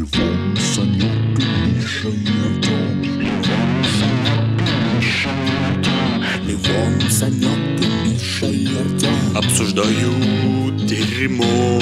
Левон, Санек и Миша и Артем. Левон, Санек и Миша и Артем обсуждають дерьмо.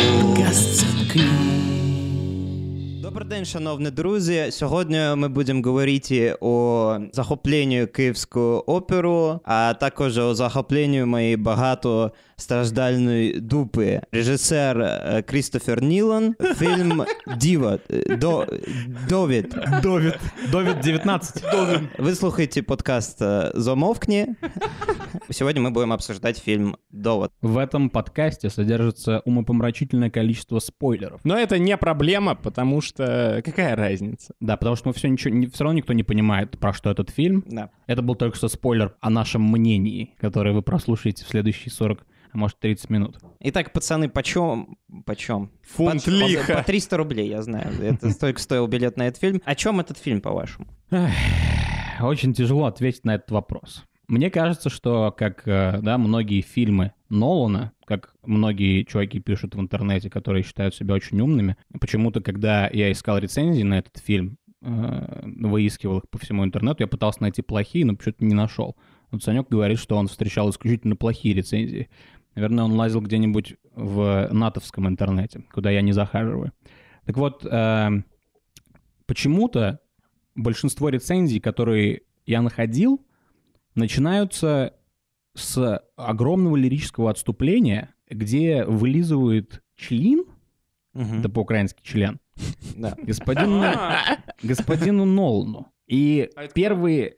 Добрий день, шановні друзі. Сьогодні ми будемо говорити о захопленню Київської опери, а також о захопленню моєї багатостраждальної дупи. Режисер Крістофер Нолан, фільм «Діва». Довід 19. Вы слушаете подкаст «Замолкни». Сегодня мы будем обсуждать фильм «Довод». В этом подкасте содержится умопомрачительное количество спойлеров. Но это не проблема, потому что какая разница? Да, потому что все равно никто не понимает, про что этот фильм. Да. Это был только что спойлер о нашем мнении, которое вы прослушаете в следующие 40, а может 30 минут. Итак, пацаны, почем? Фунт лиха. По 300 рублей, я знаю. Это столько стоил билет на этот фильм. О чем этот фильм, по-вашему? Очень тяжело ответить на этот вопрос. Мне кажется, что, как многие фильмы Нолана, как многие чуваки пишут в интернете, которые считают себя очень умными, почему-то, когда я искал рецензии на этот фильм, выискивал их по всему интернету, я пытался найти плохие, но почему-то не нашел. Вот Санек говорит, что он встречал исключительно плохие рецензии. Наверное, он лазил где-нибудь в натовском интернете, куда я не захаживаю. Так вот, почему-то большинство рецензий, которые я находил, начинаются с огромного лирического отступления, где вылизывает член, это по-украински член, Да. господину Нолану. И первые...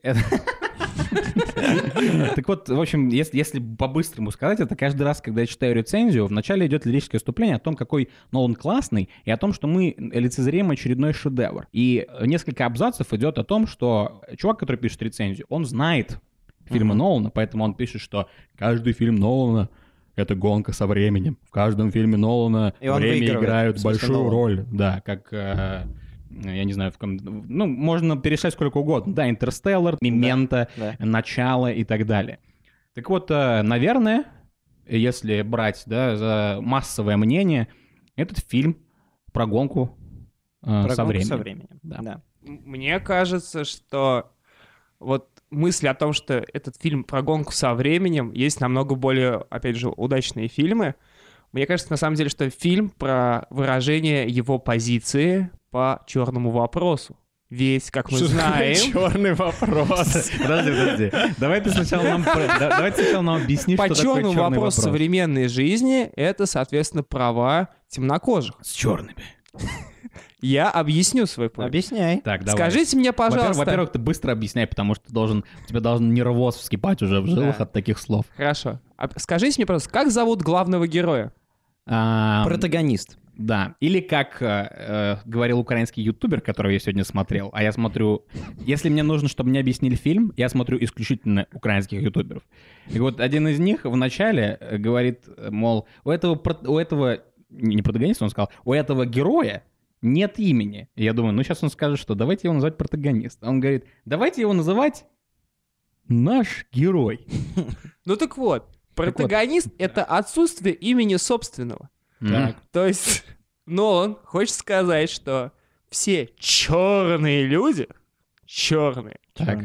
Так вот, в общем, если по-быстрому сказать, это каждый раз, когда я читаю рецензию, вначале идет лирическое вступление о том, какой Нолан классный, и о том, что мы лицезреем очередной шедевр. И несколько абзацев идет о том, что чувак, который пишет рецензию, он знает фильмы Нолана, поэтому он пишет, что каждый фильм Нолана — это гонка со временем. В каждом фильме Нолана время играет большую роль. Да, как... я не знаю, можно перечислять сколько угодно. Да, «Интерстеллар», «Мементо», «Начало» и так далее. Так вот, наверное, если брать за массовое мнение, этот фильм про гонку со временем. Да. Мне кажется, что вот мысль о том, что этот фильм про гонку со временем, есть намного более, опять же, удачные фильмы. Мне кажется, на самом деле, что фильм про выражение его позиции по черному вопросу. Ведь, как мы знаем... Черный вопрос. Подожди. Давай ты сначала нам объяснишь, что такое черный вопрос. По черному вопросу современной жизни — это, соответственно, права темнокожих. С черными. Я объясню свой point. Объясняй. Так, давай. Скажите мне, пожалуйста... Во-первых, ты быстро объясняй, потому что у тебя должен нервоз вскипать уже в жилах от таких слов. Хорошо. Скажите мне, пожалуйста, как зовут главного героя? Протагонист. Да. Или как говорил украинский ютубер, которого я сегодня смотрел, а я смотрю... Если мне нужно, чтобы мне объяснили фильм, я смотрю исключительно украинских ютуберов. И вот один из них вначале говорит, мол, у этого не протагониста, он сказал, у этого героя нет имени. И я думаю, сейчас он скажет, что давайте его называть протагонист. Он говорит, давайте его называть наш герой. Ну так вот, протагонист — это отсутствие имени собственного. Так. То есть Нолан хочет сказать, что все черные люди, черные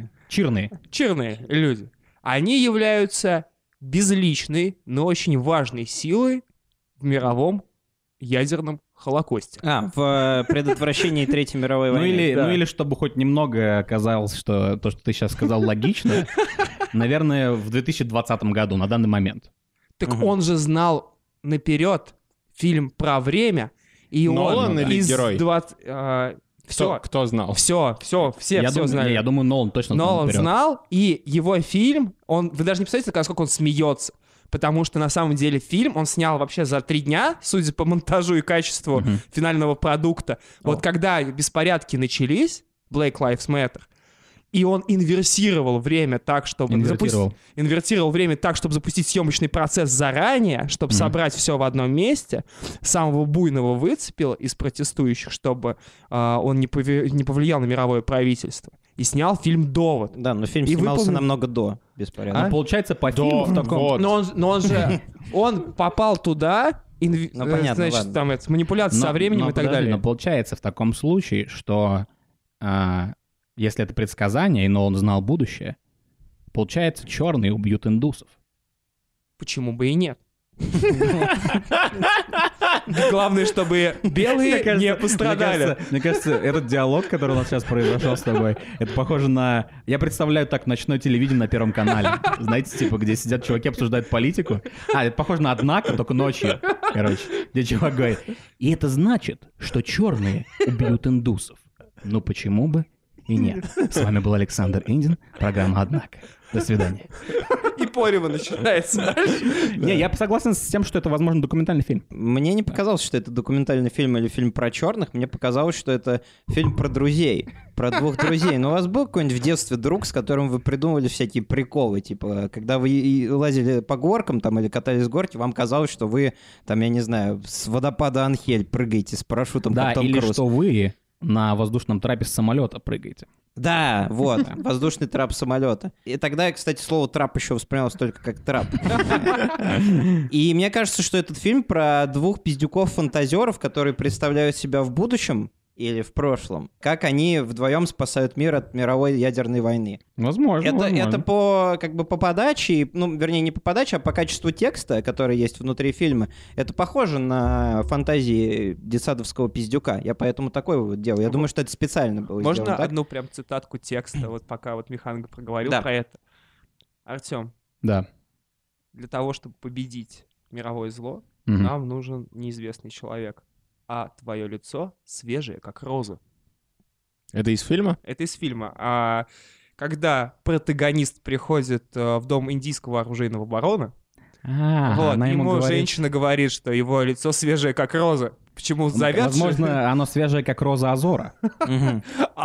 люди, они являются безличной, но очень важной силой в мировом ядерном холокосте. В предотвращении Третьей мировой войны. Или чтобы хоть немного оказалось, что то, что ты сейчас сказал, логично, наверное, в 2020 году, на данный момент. Так он же знал наперед фильм про время, и Нолан он или из герой? Кто знал? Все знали. Я думаю, Нолан точно знал Нолан наперед. знал, и его фильм, вы даже не представляете, насколько он смеется. Потому что, на самом деле, фильм он снял вообще за 3 дня, судя по монтажу и качеству финального продукта. Вот когда беспорядки начались, Black Lives Matter, и он инверсировал время так, чтобы... Инвертировал время так, чтобы запустить съемочный процесс заранее, чтобы собрать все в одном месте. Самого буйного выцепил из протестующих, чтобы он не повлиял на мировое правительство. И снял фильм «Довод». Да, но фильм снимался намного до беспорядка. Получается, по фильму в таком... Но он же... Он попал туда Ну, понятно, значит, ладно. там это, манипуляция со временем и так подожди, далее. Но получается в таком случае, что если это предсказание, и Нолан знал будущее, получается, черные убьют индусов. Почему бы и нет? Главное, чтобы белые не пострадали. Мне кажется, этот диалог, который у нас сейчас произошел с тобой, это похоже на... Я представляю так ночное телевидение на Первом канале. Знаете, типа, где сидят чуваки, обсуждают политику. Это похоже на «Однако», только ночью, короче. Где чувак говорит, и это значит, что черные убьют индусов. Ну почему бы и нет? С вами был Александр Индин, программа «Однако». До свидания. И порево начинается. Не, я согласен с тем, что это, возможно, документальный фильм. Мне не показалось, что это документальный фильм или фильм про черных. Мне показалось, что это фильм про друзей. Про двух друзей. Но у вас был какой-нибудь в детстве друг, с которым вы придумывали всякие приколы? Типа, когда вы лазили по горкам там, или катались с горки, вам казалось, что вы, там, я не знаю, с водопада Анхель прыгаете с парашютом, Да, как Том или Круз. что вы на воздушном трапе с самолета прыгаете. Да, вот, воздушный трап самолета. И тогда я, кстати, слово «трап» еще воспринималось только как «трап». И мне кажется, что этот фильм про двух пиздюков-фантазеров, которые представляют себя в будущем или в прошлом, как они вдвоем спасают мир от мировой ядерной войны. Возможно, Это по, как бы, по подаче, ну, вернее, не по подаче, а по качеству текста, который есть внутри фильма, это похоже на фантазии детсадовского пиздюка. Я поэтому такой вывод делаю. Я думаю, что это специально было Можно сделано так. одну прям цитатку текста, вот пока вот Миханга проговорил Да. про это. Артем, Да. для того, чтобы победить мировое зло, Мгм. нам нужен неизвестный человек, а твое лицо свежее, как роза. Это из фильма? Это из фильма. А когда протагонист приходит в дом индийского оружейного барона, вот, она ему ему говорит... женщина говорит, что его лицо свежее, как роза. Почему завязшее? Возможно, оно свежее, как роза Азора. Мгм.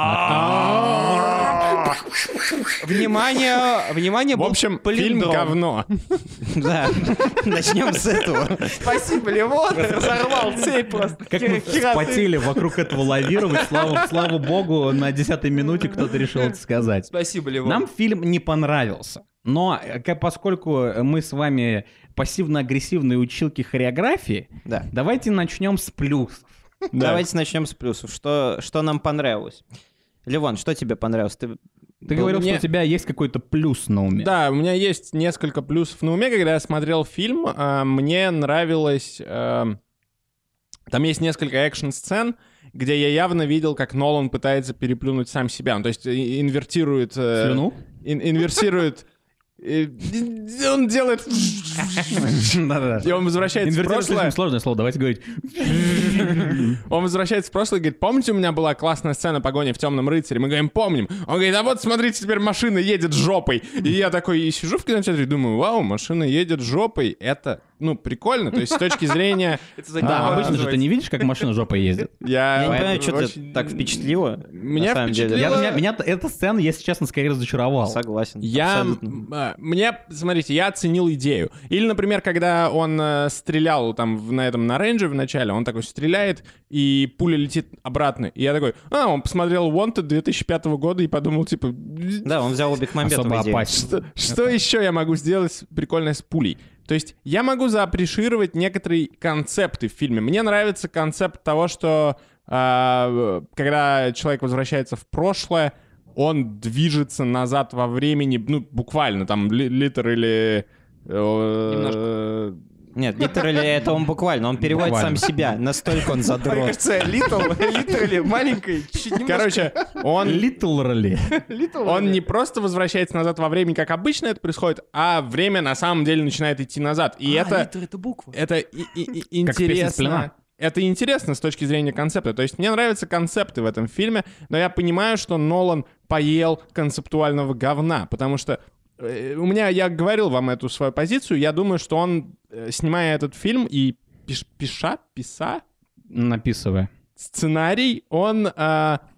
Внимание, В был общем, фильм палиндром. говно. Да, начнем с этого. Спасибо, Левон, разорвал цепь просто. Как мы Хера ты. вспотели вокруг этого лавировать. Слава богу, на 10-й минуте кто-то решил это сказать. Спасибо, Левон. Нам фильм не понравился. Но поскольку мы с вами пассивно-агрессивные училки хореографии, Да. давайте начнем с плюсов. Давайте начнем с плюсов. Что нам понравилось? Левон, что тебе понравилось? Ты говорил, мне- что у тебя есть какой-то плюс на уме. Да, у меня есть несколько плюсов на уме. Когда я смотрел фильм, мне нравилось... Там есть несколько экшн-сцен, где я явно видел, как Нолан пытается переплюнуть сам себя. Ну, то есть инвертирует... Слюну? Инверсирует... Он делает... Да-да. И он возвращается в Инвертировать прошлое. слишком сложное слово, давайте говорить. Он возвращается в прошлое и говорит, помните, у меня была классная сцена погони в «Темном рыцаре»? Мы говорим, помним. Он говорит, а вот смотрите, теперь машина едет жопой. И я такой и сижу в кинотеатре и думаю, вау, машина едет жопой. Это, ну, прикольно. То есть с точки зрения... Это за Да, него обычно же ты называется. не видишь, как машина жопой ездит. Я не понимаю, что очень- тебя так впечатлило. Меня на самом деле. впечатлило- Меня эта сцена, если честно, скорее разочаровала. Согласен. Я, абсолютно. мне, смотрите, я оценил идею. Или, например, когда он стрелял там на рейнже в начале, он такой стреляет, и пуля летит обратно. И я такой, он посмотрел Wanted 2005 года и подумал, типа, Да, он взял обе Особо идею. опасен. что еще я могу сделать прикольное с пулей? То есть я могу заапрешировать некоторые концепты в фильме. Мне нравится концепт того, что когда человек возвращается в прошлое, он движется назад во времени, ну, буквально, там, литр или... Нет, литерали это он буквально. Он переводит Буквально. сам себя. Настолько он Мне задрот. кажется, литерали маленькой, чуть-чуть немножко. Короче, он Literally. Он не просто возвращается назад во времени, как обычно это происходит, а время на самом деле начинает идти назад. И это буква. «Песня с интересно. плена». Это интересно с точки зрения концепта. То есть мне нравятся концепты в этом фильме, но я понимаю, что Нолан поел концептуального говна, потому что я говорил вам эту свою позицию, я думаю, что он, снимая этот фильм и пиша Написывая. сценарий, он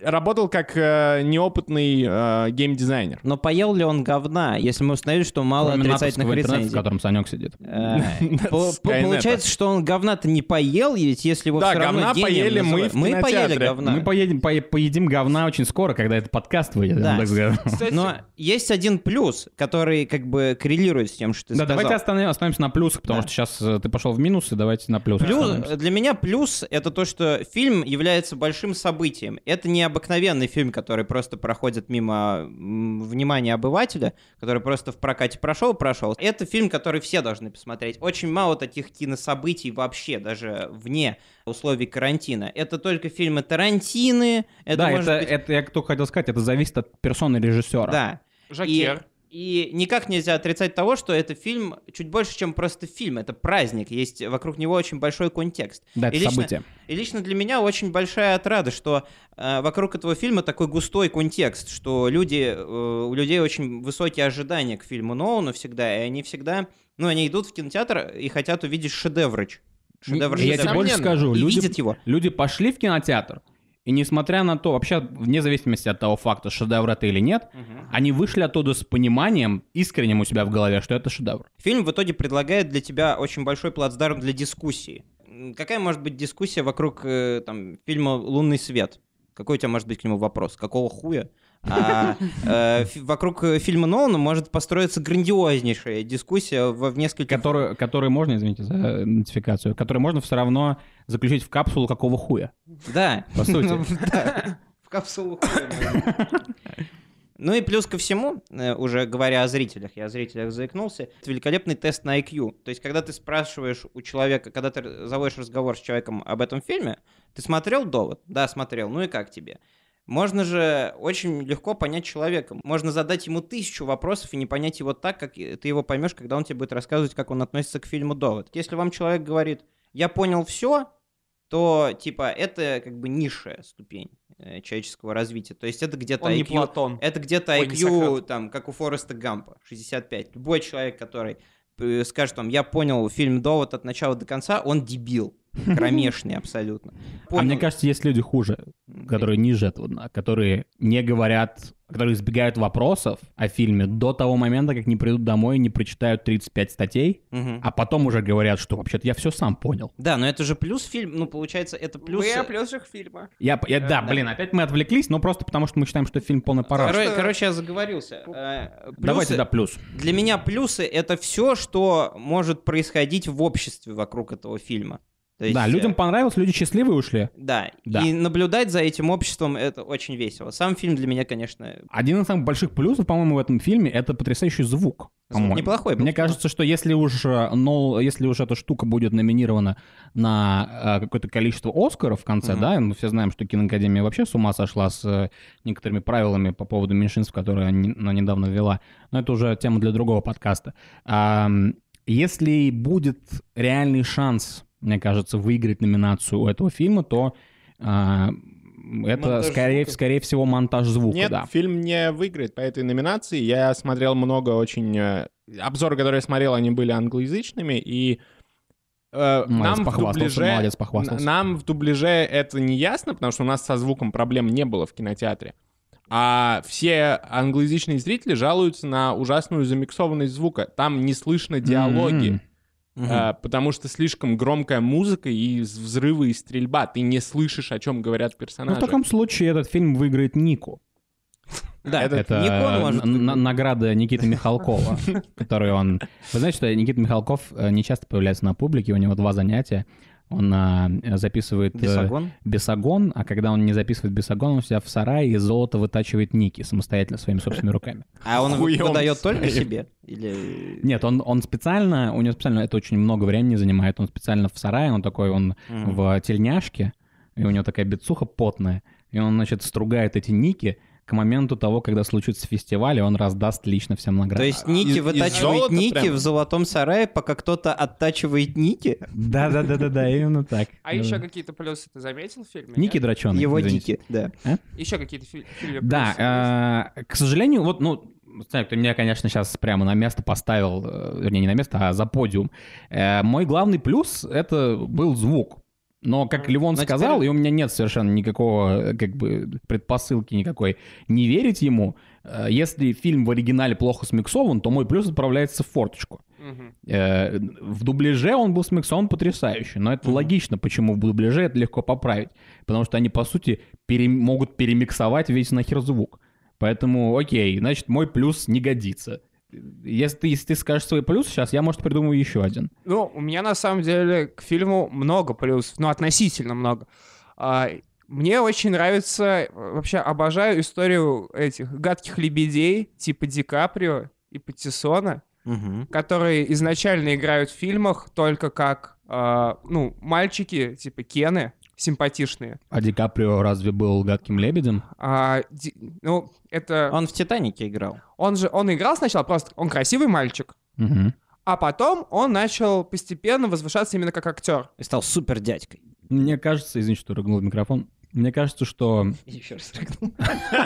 работал как неопытный геймдизайнер. Но поел ли он говна, если мы установили, что мало Кроме отрицательных натовского интернета, в рецензий? котором Санек сидит. Получается, что он говна-то не поел, ведь если его Да, все равно говна гением поели мы называют. в Мы поели кинотеатре. говна. Мы поедим говна очень скоро, когда этот подкаст выйдет. Да. я так скажу. Кстати, Но есть один плюс, который как бы коррелирует с тем, что ты Да, сказал. давайте остановимся на плюсах, потому Да. что сейчас ты пошел в минусы, давайте на плюсы. Плюс, остановимся. для меня плюс — это то, что фильм является большим событием. Это не обыкновенный фильм, который просто проходит мимо внимания обывателя, который просто в прокате прошел. Это фильм, который все должны посмотреть. Очень мало таких кинособытий вообще, даже вне условий карантина. Это только фильмы Тарантино. Да, может быть- это я только хотел сказать, это зависит от персоны режиссера. Да. Жакер. И никак нельзя отрицать того, что это фильм чуть больше, чем просто фильм. Это праздник, есть вокруг него очень большой контекст. Да, это И лично- событие. И лично для меня очень большая отрада, что вокруг этого фильма такой густой контекст, что у людей очень высокие ожидания к фильму Нолана всегда, и они всегда, они идут в кинотеатр и хотят увидеть шедеврыч. Шедевр Я тебе шедевра. больше скажу, И люди, видят его. люди пошли в кинотеатр, и несмотря на то, вообще, вне зависимости от того факта, шедевр это или нет, они вышли оттуда с пониманием, искренним у себя в голове, что это шедевр. Фильм в итоге предлагает для тебя очень большой плацдарм для дискуссии. Какая может быть дискуссия вокруг фильма «Лунный свет»? Какой у тебя может быть к нему вопрос? Какого хуя? Вокруг фильма Нолана может построиться грандиознейшая дискуссия в нескольких... Которые можно, извините за нотификацию, которые можно все равно заключить в капсулу какого хуя. Да. По сути. Да, в капсулу хуя можно. Ну и плюс ко всему, уже говоря о зрителях, я о зрителях заикнулся, это великолепный тест на IQ. То есть, когда ты спрашиваешь у человека, когда ты заводишь разговор с человеком об этом фильме, ты смотрел «Довод»? Да, смотрел. Ну и как тебе? Можно же очень легко понять человека. Можно задать ему 1000 вопросов и не понять его так, как ты его поймешь, когда он тебе будет рассказывать, как он относится к фильму «Довод». Если вам человек говорит «я понял все», то, это как бы низшая ступень человеческого развития. То есть это где-то Он не IQ... Платон. Это где-то Ой, не IQ, Сократ. как у Фореста Гампа, 65. Любой человек, который скажет, я понял фильм «Довод» от начала до конца, он дебил. Кромешный абсолютно. А мне кажется, есть люди хуже, которые ниже этого дна, которые не говорят, которые избегают вопросов о фильме до того момента, как не придут домой и не прочитают 35 статей, Мгм. а потом уже говорят, что вообще-то я все сам понял. Да, но это же плюс фильм, получается, это плюс... Вы о плюсах фильма. Да, блин, опять мы отвлеклись, но просто потому, что мы считаем, что фильм полный параш. Короче, я заговорился. Давайте, да, плюс. Для меня плюсы — это все, что может происходить в обществе вокруг этого фильма. То есть, Да, людям понравилось, люди счастливые ушли. Да, Да. и наблюдать за этим обществом — это очень весело. Сам фильм для меня, конечно... Один из самых больших плюсов, по-моему, в этом фильме — это потрясающий звук. по-моему. неплохой был. Мне кажется, что если уж эта штука будет номинирована на какое-то количество Оскаров в конце, да, мы все знаем, что Киноакадемия вообще с ума сошла с некоторыми правилами по поводу меньшинств, которые она недавно ввела, но это уже тема для другого подкаста. Если будет реальный шанс, мне кажется, выиграть номинацию у этого фильма, то это, Монтаж скорее всего, монтаж звука, Нет, да. фильм не выиграет по этой номинации. Я смотрел много очень... Обзоры, которые я смотрел, они были англоязычными, и нам в дубляже это не ясно, потому что у нас со звуком проблем не было в кинотеатре. А все англоязычные зрители жалуются на ужасную замиксованность звука. Там не слышно диалоги. Потому что слишком громкая музыка и взрывы и стрельба. Ты не слышишь, о чем говорят Ну, персонажи. в таком случае этот фильм выиграет Нику. Да, Это Никон может... награда Никиты Михалкова, который он... Вы знаете, что Никита Михалков не часто появляется на публике, у него 2 занятия. Он записывает бесогон, а когда он не записывает бесогон, он у себя в сарае из золота вытачивает ники самостоятельно своими собственными руками. А он Хуём выдает только своим. себе? Или... Нет, он специально, у него специально это очень много времени занимает, он специально в сарае, он в тельняшке, и у него такая бицуха потная, и он, значит, стругает эти ники к моменту того, когда случится фестиваль, и он раздаст лично всем награды. То есть Ники из вытачивает золота Ники прям? в золотом сарае, пока кто-то оттачивает Ники? Да, именно так. А еще какие-то плюсы ты заметил в фильме? Ники дроченые. Его извините. Ники, да. Еще какие-то фильмы плюсы есть? Да, к сожалению, ты меня, конечно, сейчас прямо на место поставил, вернее, не на место, а за подиум. Мой главный плюс — это был звук. Но, как Левон сказал, и у меня нет совершенно никакого, как бы, предпосылки никакой не верить ему, если фильм в оригинале плохо смиксован, то мой плюс отправляется в форточку. В дубляже он был смиксован потрясающе, но это логично, почему в дубляже это легко поправить. Потому что они, по сути, могут перемиксовать весь нахер звук. Поэтому, окей, значит, мой плюс не годится. Если ты скажешь свой плюс сейчас, я, может, придумаю еще один. Ну, у меня, на самом деле, к фильму много плюсов, ну, относительно много. Мне очень нравится, вообще обожаю историю этих гадких лебедей, типа Ди Каприо и Паттисона, которые изначально играют в фильмах только как, мальчики, типа Кены, симпатичные. А Ди Каприо разве был гадким лебедем? Это... Он в «Титанике» играл. Он играл сначала просто... Он красивый мальчик. А потом он начал постепенно возвышаться именно как актер. И стал супер дядькой. Мне кажется, извините, что рыгнул в микрофон. Мне кажется, что... Еще раз рыгнул.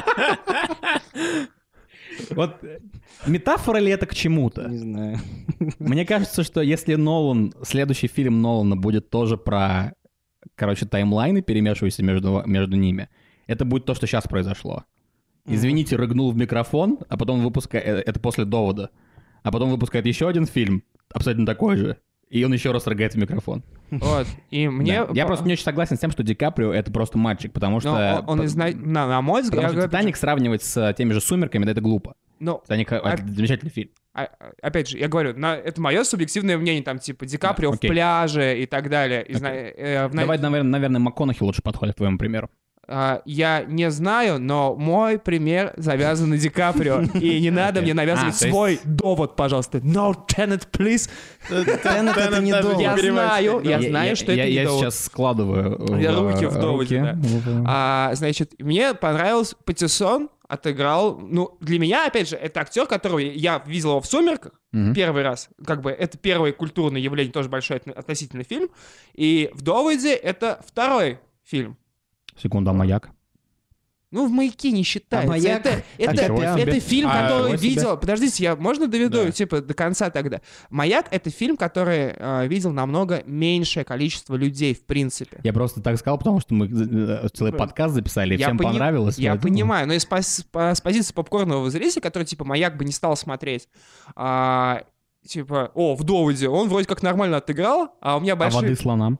Вот метафора ли это к чему-то? Не знаю. Мне кажется, что если следующий фильм Нолана будет тоже про, таймлайны, перемешивающиеся между ними, это будет то, что сейчас произошло. Извините, рыгнул в микрофон, а потом выпускает... Это после довода. А потом выпускает еще один фильм, абсолютно такой же, и он еще раз рыгает в микрофон. Вот, и мне... Да. Я просто не очень согласен с тем, что Ди Каприо — это просто мальчик, потому что... на мой взгляд... Потому что «Титаник» сравнивать с теми же «Сумерками», да, это глупо. «Титаник» — это замечательный фильм. Опять же, я говорю, это мое субъективное мнение, там, типа, Ди Каприо в пляже и так далее. Давай, наверное, МакКонахи лучше подходит к твоему примеру. Я не знаю, но мой пример завязан на Ди Каприо. И не надо мне навязывать свой довод, пожалуйста. No, Tenet, please. Tenet — это не довод. Я знаю, что это не довод. Я сейчас складываю руки в доводе, да. Значит, мне понравился Паттисон, отыграл... Ну, для меня, опять же, это актер, которого я видел его в «Сумерках» первый раз. Как бы это первое культурное явление, тоже большой относительно фильм. И в «Доводе» это второй фильм. Секунду, а «Маяк»? Ну, в «Маяке» не считается. «Маяк» это фильм, который себе. видел... Подождите, можно доведу, до конца тогда? «Маяк» — это фильм, который видел намного меньшее количество людей, в принципе. Я просто так сказал, потому что мы целый подкаст записали, и всем понравилось. Я понимаю, но с позиции попкорнового зрителя, который, типа, «Маяк» бы не стал смотреть, в «Доводе» он вроде как нормально отыграл, а у меня большие... А «Воды слонам»?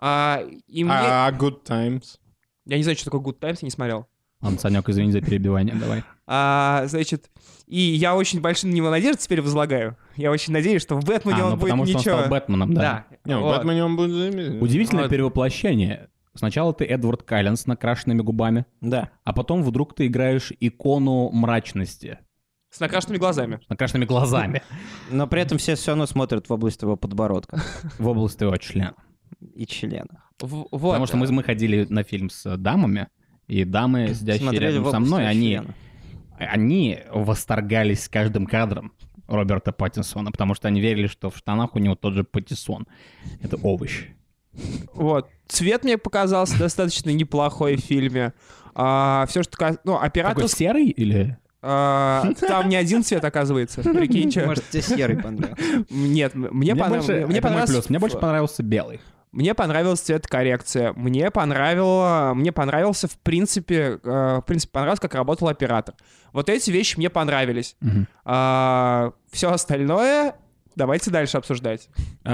Good Times? Я не знаю, что такое Good Times, я не смотрел. Ладно, Санек, извини за перебивание, давай. Значит, и я очень большие на него надежды теперь возлагаю. Я очень надеюсь, что в «Бэтмене» он будет ничего. Потому что он стал Бэтменом, да. В «Бэтмене» он будет... Удивительное перевоплощение. Сначала ты Эдвард Каллен с накрашенными губами, Да. а потом вдруг ты играешь икону мрачности. С накрашенными глазами. С накрашенными глазами. Но при этом все равно смотрят в область твоего подбородка. В область твоего члена. И члена. Потому что мы ходили на фильм с дамами, и дамы, сидящие рядом со мной, они восторгались каждым кадром Роберта Паттинсона, потому что они верили, что в штанах у него тот же Паттисон. Это овощ. Вот. Цвет мне показался достаточно неплохой в фильме. Все, что... оператор... Такой серый или... Там не один цвет, оказывается. Прикинь, что... Может, тебе серый понравился? Нет, мне понравился... Мне больше понравился белый. Мне понравилась цветокоррекция. Мне понравился, в принципе, понравилось, как работал оператор. Вот эти вещи мне понравились. Все остальное давайте дальше обсуждать. У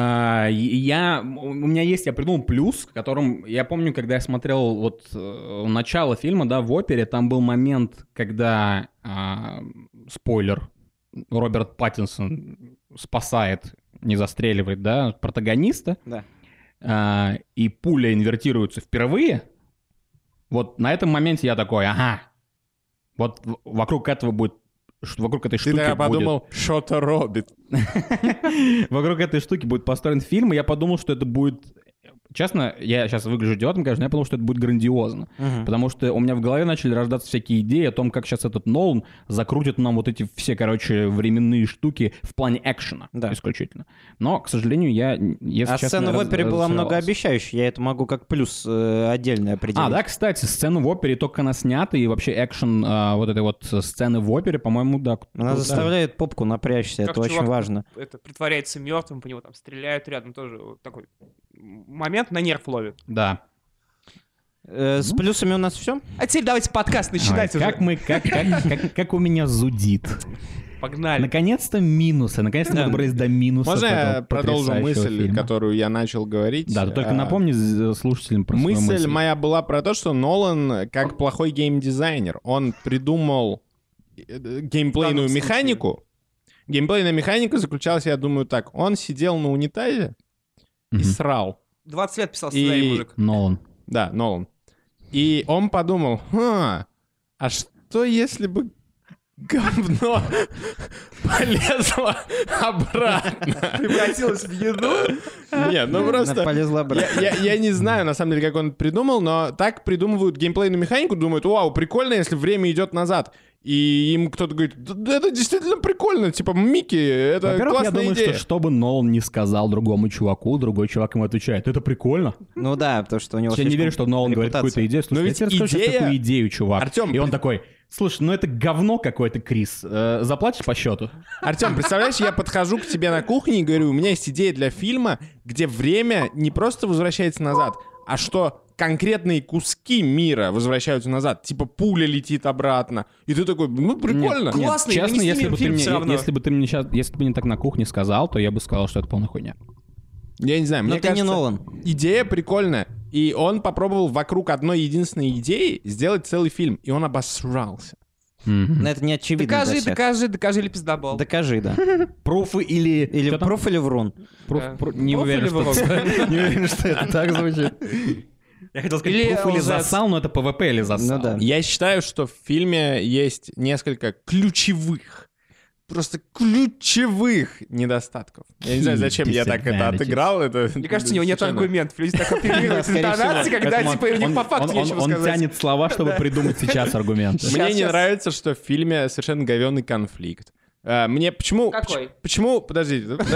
меня есть, я придумал плюс, которым, я помню, когда я смотрел начало фильма, да, в опере, там был момент, когда, спойлер, Роберт Паттинсон спасает, не застреливает, да, протагониста. Да. И пуля инвертируется впервые, вот на этом моменте я такой, вот вокруг этого будет, вокруг этой штуки будет... Ты подумал, что-то робит. Вокруг этой штуки будет построен фильм, и я подумал, что это будет... Честно, я сейчас выгляжу идиотом, конечно, но я подумал, что это будет грандиозно. Потому что у меня в голове начали рождаться всякие идеи о том, как сейчас этот Нолан закрутит нам вот эти все, временные штуки в плане экшена исключительно. Но, к сожалению, если честно... сцена в опере была многообещающей, я это могу как плюс отдельно определить. Да, кстати, сцена в опере, только она снята, и вообще экшен вот этой вот сцены в опере, по-моему, да. Она заставляет попку напрячься, это очень важно. Это притворяется мертвым, по нему там стреляют рядом, тоже такой момент на нерв ловит. Да. С плюсами у нас все? А теперь давайте подкаст начинать уже. Как у меня зудит. Погнали. Наконец-то минусы. Наконец-то мы добрались до минусов. Можно я этого продолжу потрясающего мысль, фильма? которую я начал говорить? Да, ты только напомни слушателям про свою Мысль мысль. моя была про то, что Нолан, как плохой геймдизайнер, он придумал геймплейную В данном механику. Геймплейная механика заключалась, я думаю, так. Он сидел на унитазе и срал. 20 лет писал сценарий, мужик. Нолан. Да, Нолан. И он подумал, а что если бы говно полезло обратно? Превратилась в еду. Нет, ну просто... Полезла обратно. Я не знаю, на самом деле, как он придумал, но так придумывают геймплейную механику, думают, вау, прикольно, если время идет назад. И им кто-то говорит, да это действительно прикольно, типа, Микки, это Во-первых, я классная думаю, идея. что бы Нолан не сказал другому чуваку, другой чувак ему отвечает, это прикольно. Ну да, потому что у него Я не верю, что Нолан говорит репутация. какую-то идею. Слушай, Но я ведь тебе расскажу сейчас идея- такую идею, чувак. Артём, И он такой, слушай, ну это говно какое-то, Крис. Заплатишь по счету? Артем, представляешь, я подхожу к тебе на кухне и говорю, у меня есть идея для фильма, где время не просто возвращается назад, а что конкретные куски мира возвращаются назад. Типа пуля летит обратно. И ты такой, ну прикольно. Нет, классно, и мы честно, не если снимем бы, ты фильм мне, всё равно. если бы ты мне сейчас, если бы не так на кухне сказал, то я бы сказал, что это полная хуйня. Я не знаю, Но мне ты не кажется, Нолан. идея прикольная. И он попробовал вокруг одной единственной идеи сделать целый фильм. И он обосрался. Но это не очевидно для Докажи, всех. докажи или пиздобол. Докажи, да. Пруфы или... Или Чё там? пруф или врун. Не Пруф уверен, или врун? не уверен, что это так звучит. Я хотел сказать Или пруф или лжец. засал, но это ПВП или засал. Ну да. Я считаю, что в фильме есть несколько ключевых, просто ключевых недостатков. Я не знаю, зачем я так это отыграл. Это Мне кажется, у него нет совершенно- аргументов. Люди так оперируют скорее интонации, всего. когда Поэтому типа у них по факту нечего он сказать. тянет слова, чтобы придумать сейчас аргументы. Мне не Сейчас. нравится, что в фильме совершенно говёный конфликт. Мне почему... Какой? Почему... Подождите. Ты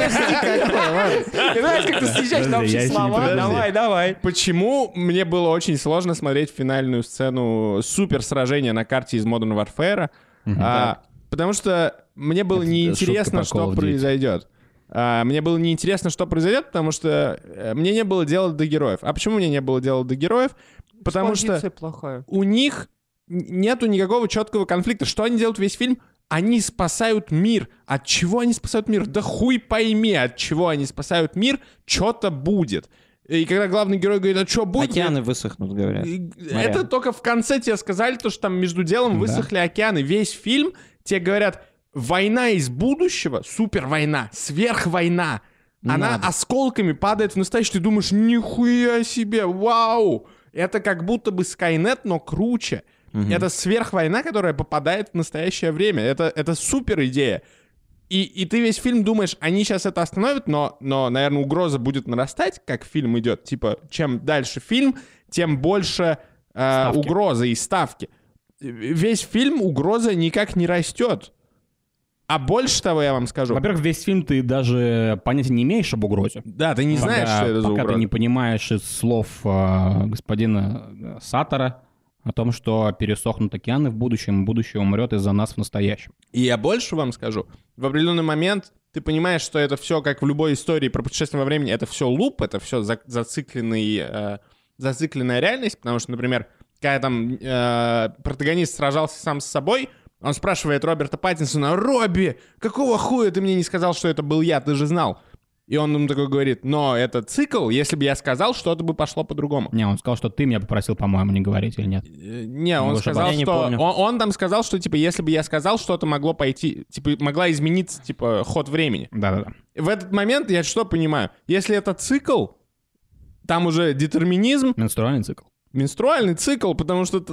знаешь, как ты съезжаешь на Подожди, я общие еще не слова. подожди. Давай. Почему мне было очень сложно смотреть финальную сцену супер сражения на карте из Modern Warfare? Потому что мне было Это неинтересно, шутка про Call что of Duty. произойдет. Мне было неинтересно, что произойдет, потому что мне не было дела до героев. А почему мне не было дела до героев? Потому что Экспозиция плохая. у них нету никакого четкого конфликта. Что они делают весь фильм? Они спасают мир. От чего они спасают мир? Да хуй пойми, от чего они спасают мир. Что-то будет. И когда главный герой говорит, а что будет? Океаны высохнут, говорят. Это только в конце тебе сказали, то, что там между делом высохли океаны. Весь фильм тебе говорят, война из будущего, супер война, сверхвойна. Она Надо. осколками падает в настоящее. Ты думаешь, нихуя себе, вау. Это как будто бы Skynet, но круче. Это сверхвойна, которая попадает в настоящее время. Это супер идея. И ты весь фильм думаешь, они сейчас это остановят, но, наверное, угроза будет нарастать, как фильм идет. Типа, чем дальше фильм, тем больше угрозы и ставки. Весь фильм угроза никак не растет. А больше того, я вам скажу. Во-первых, весь фильм ты даже понятия не имеешь об угрозе. Да, ты не знаешь, что это за Пока угроза. ты не понимаешь из слов господина Саттера о том, что пересохнут океаны в будущем, и будущее умрет из-за нас в настоящем. И я больше вам скажу. В определенный момент ты понимаешь, что это все, как в любой истории про путешествие во времени, это все луп, это все зацикленная реальность, потому что, например, когда там протагонист сражался сам с собой, он спрашивает Роберта Паттинсона: «Робби, какого хуя ты мне не сказал, что это был я, ты же знал?» И он ему такой говорит: «Но это цикл, если бы я сказал, что-то бы пошло по-другому». Не, он сказал, что ты меня попросил, по-моему, не говорить или нет. Не, он Могу сказал, ошибаться. Я не что... помню. Он там сказал, что, типа, если бы я сказал, что-то могло пойти... Типа, могла измениться, типа, ход времени. Да-да-да. В этот момент я что понимаю? Если это цикл, там уже детерминизм, Менструальный цикл. менструальный цикл, потому что...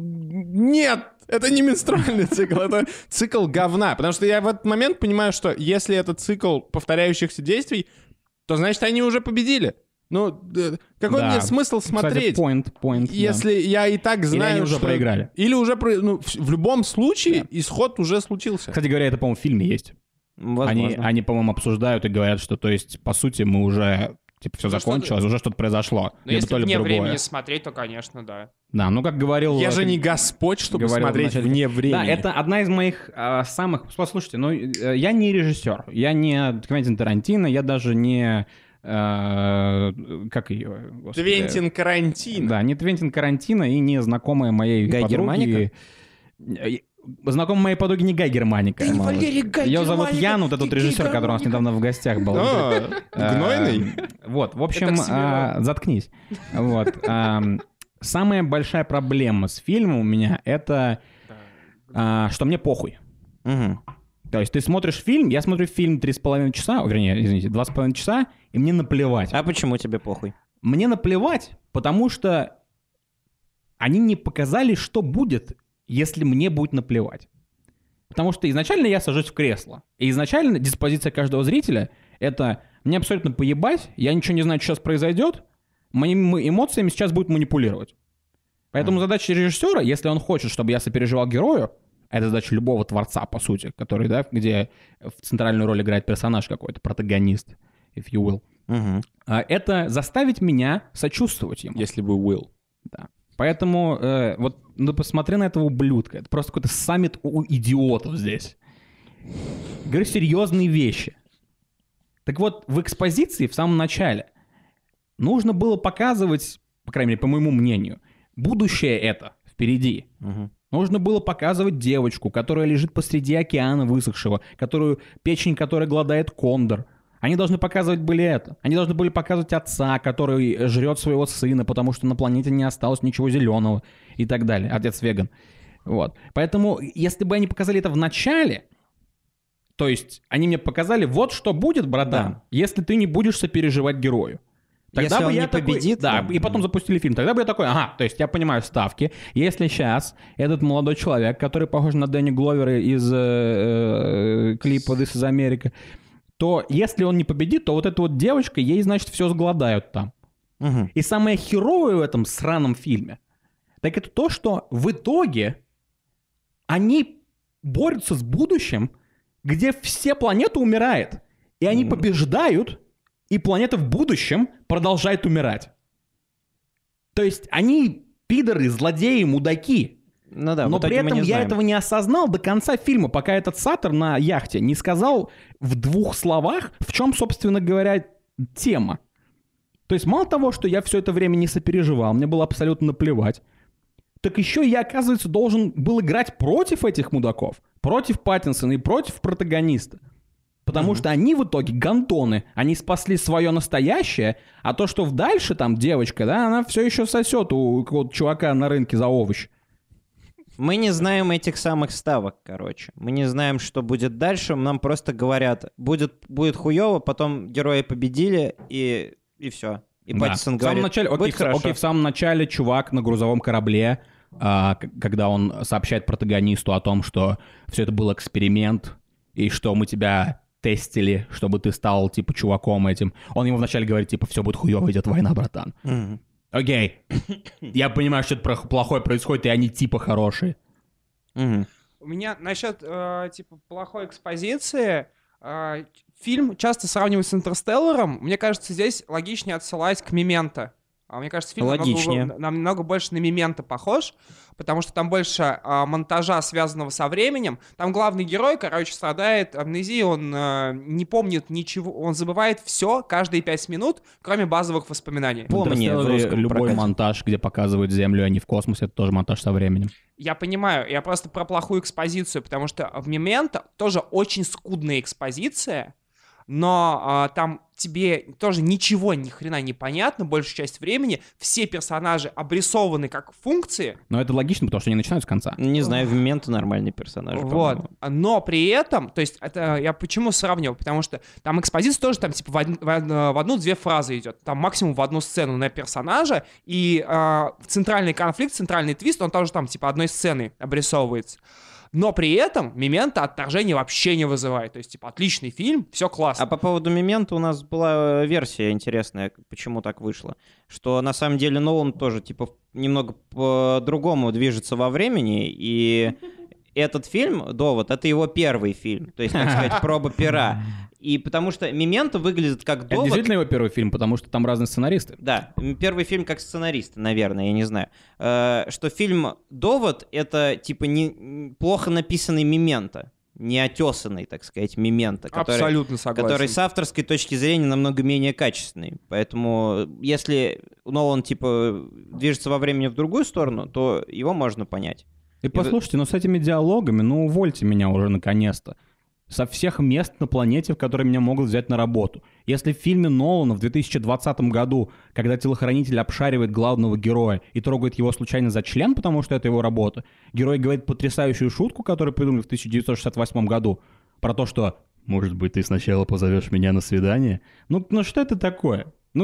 Нет, это не менструальный цикл, это цикл говна. Потому что я в этот момент понимаю, что если это цикл повторяющихся действий, то, значит, они уже победили. Ну, какой Да. мне смысл смотреть? Кстати, point, Если я и так знаю, они уже что... проиграли. Или уже... Ну, в любом случае, исход уже случился. Кстати говоря, это, по-моему, в фильме есть. Возможно. Они, по-моему, обсуждают и говорят, что, то есть, по сути, мы уже, типа, все Ну, закончилось, уже что-то произошло. Но Либо если то, либо вне другое. времени смотреть, то, конечно, да. Да, ну, как говорил... Я же не Господь, чтобы говорил смотреть вначале. вне времени. Да, это одна из моих самых... Послушайте, ну, я не режиссер, я не Квентин Тарантино, я даже не Как ее? Господи? Твентин Карантин. Да, не Твентин Карантино и не знакомая моей Гай подруги. Знакомая моей подруги не Гай Германика. Ее зовут Ян, вот этот режиссер, который у нас недавно в гостях был. Гнойный? Вот, в общем, заткнись. Вот. Самая большая проблема с фильмом у меня — это что мне похуй. То есть ты смотришь фильм, я смотрю фильм 3,5 часа, вернее, извините, 2,5 часа, и мне наплевать. А почему тебе похуй? Мне наплевать, потому что они не показали, что будет, если мне будет наплевать. Потому что изначально я сажусь в кресло. И изначально диспозиция каждого зрителя — это мне абсолютно поебать, я ничего не знаю, что сейчас произойдет, моими эмоциями сейчас будут манипулировать. Поэтому задача режиссера, если он хочет, чтобы я сопереживал герою, это задача любого творца, по сути, который, да, где в центральную роль играет персонаж какой-то, протагонист, if you will. Это заставить меня сочувствовать ему. Если бы will. Да. Поэтому вот ну, посмотри на этого ублюдка. Это просто какой-то саммит у идиотов здесь. Говорю серьезные вещи. Так вот, в экспозиции в самом начале нужно было показывать, по крайней мере, по моему мнению, будущее это впереди. Нужно было показывать девочку, которая лежит посреди океана высохшего, печень которой голодает кондор. Они должны показывать были это. Они должны были показывать отца, который жрет своего сына, потому что на планете не осталось ничего зеленого и так далее. Отец веган. Вот. Поэтому, если бы они показали это в начале, то есть они мне показали, вот что будет, братан, Да. если ты не будешь сопереживать герою. Тогда Если бы он я не победит, да, да. и потом запустили фильм. Тогда бы я такой, ага, то есть я понимаю ставки. Если сейчас этот молодой человек, который похож на Дэнни Гловера из клипа This is America, то если он не победит, то вот эта вот девочка, ей, значит, все сгладают там. И самое херовое в этом сраном фильме, так это то, что в итоге они борются с будущим, где все планета умирает. И они побеждают, и планета в будущем продолжает умирать. То есть они пидоры, злодеи, мудаки. Ну да, Но в итоге при мы этом не я знаем. этого не осознал до конца фильма, пока этот Саттер на яхте не сказал в 2 словах, в чем, собственно говоря, тема. То есть мало того, что я все это время не сопереживал, мне было абсолютно наплевать, так еще я, оказывается, должен был играть против этих мудаков, против Паттинсона и против протагониста. Потому что они в итоге гандоны, они спасли свое настоящее, а то, что дальше там девочка, да, она все еще сосет у какого-то чувака на рынке за овощ. Мы не знаем этих самых ставок, короче. Мы не знаем, что будет дальше. Нам просто говорят, будет хуево, потом герои победили, и все. И Да. Паттинсон В самом говорит, начале, будет хорошо. окей, в самом начале чувак на грузовом корабле, когда он сообщает протагонисту о том, что все это был эксперимент, и что мы тебя тестили, чтобы ты стал, типа, чуваком этим. Он ему вначале говорит, типа, все будет хуево, идет война, братан. Окей. Я понимаю, что это плохое происходит, и они, типа, хорошие. У меня насчет, типа, плохой экспозиции, фильм часто сравнивают с «Интерстелларом». Мне кажется, здесь логичнее отсылать к «Мементо». Мне кажется, фильм Логичнее. намного больше на «Мементо» похож, потому что там больше монтажа, связанного со временем. Там главный герой, короче, страдает амнезией, он не помнит ничего, он забывает все каждые 5 минут, кроме базовых воспоминаний. Помни, в Интерстелларе русском любой прокате. монтаж, где показывают Землю, а не в космосе, это тоже монтаж со временем. Я понимаю, я просто про плохую экспозицию, потому что в «Мементо» тоже очень скудная экспозиция, но там тебе тоже ничего ни хрена не понятно большую часть времени, все персонажи обрисованы как функции, Но это логично, потому что они начинают с конца. Не знаю, в Мементо нормальный персонаж. вот, но при этом, то есть это я почему сравнивал, потому что там экспозиция тоже там типа в одну-две фразы идет, там максимум в одну сцену на персонажа, и центральный конфликт, центральный твист, он тоже там типа одной сцены обрисовывается. Но при этом «Мементо» отторжение вообще не вызывает. То есть, типа, отличный фильм, все классно. А по поводу «Мементо» у нас была версия интересная, почему так вышло. Что на самом деле Нолан тоже типа немного по-другому движется во времени, и этот фильм, «Довод», это его первый фильм. То есть, так сказать, проба пера. И потому что «Мементо» выглядит как Это «Довод». действительно его первый фильм, потому что там разные сценаристы. Да, первый фильм как сценарист, наверное, я не знаю. Что фильм «Довод» — это типа плохо написанный «Мементо». неотесанный, так сказать, Мементо, Абсолютно согласен. который с авторской точки зрения намного менее качественный. Поэтому если Нолан, типа, движется во времени в другую сторону, то его можно понять. И послушайте, с этими диалогами, увольте меня уже наконец-то. Со всех мест на планете, в которые меня могут взять на работу. Если в фильме Нолана в 2020 году, когда телохранитель обшаривает главного героя и трогает его случайно за член, потому что это его работа, герой говорит потрясающую шутку, которую придумали в 1968 году, про то, что «может быть, ты сначала позовешь меня на свидание?» Что это такое?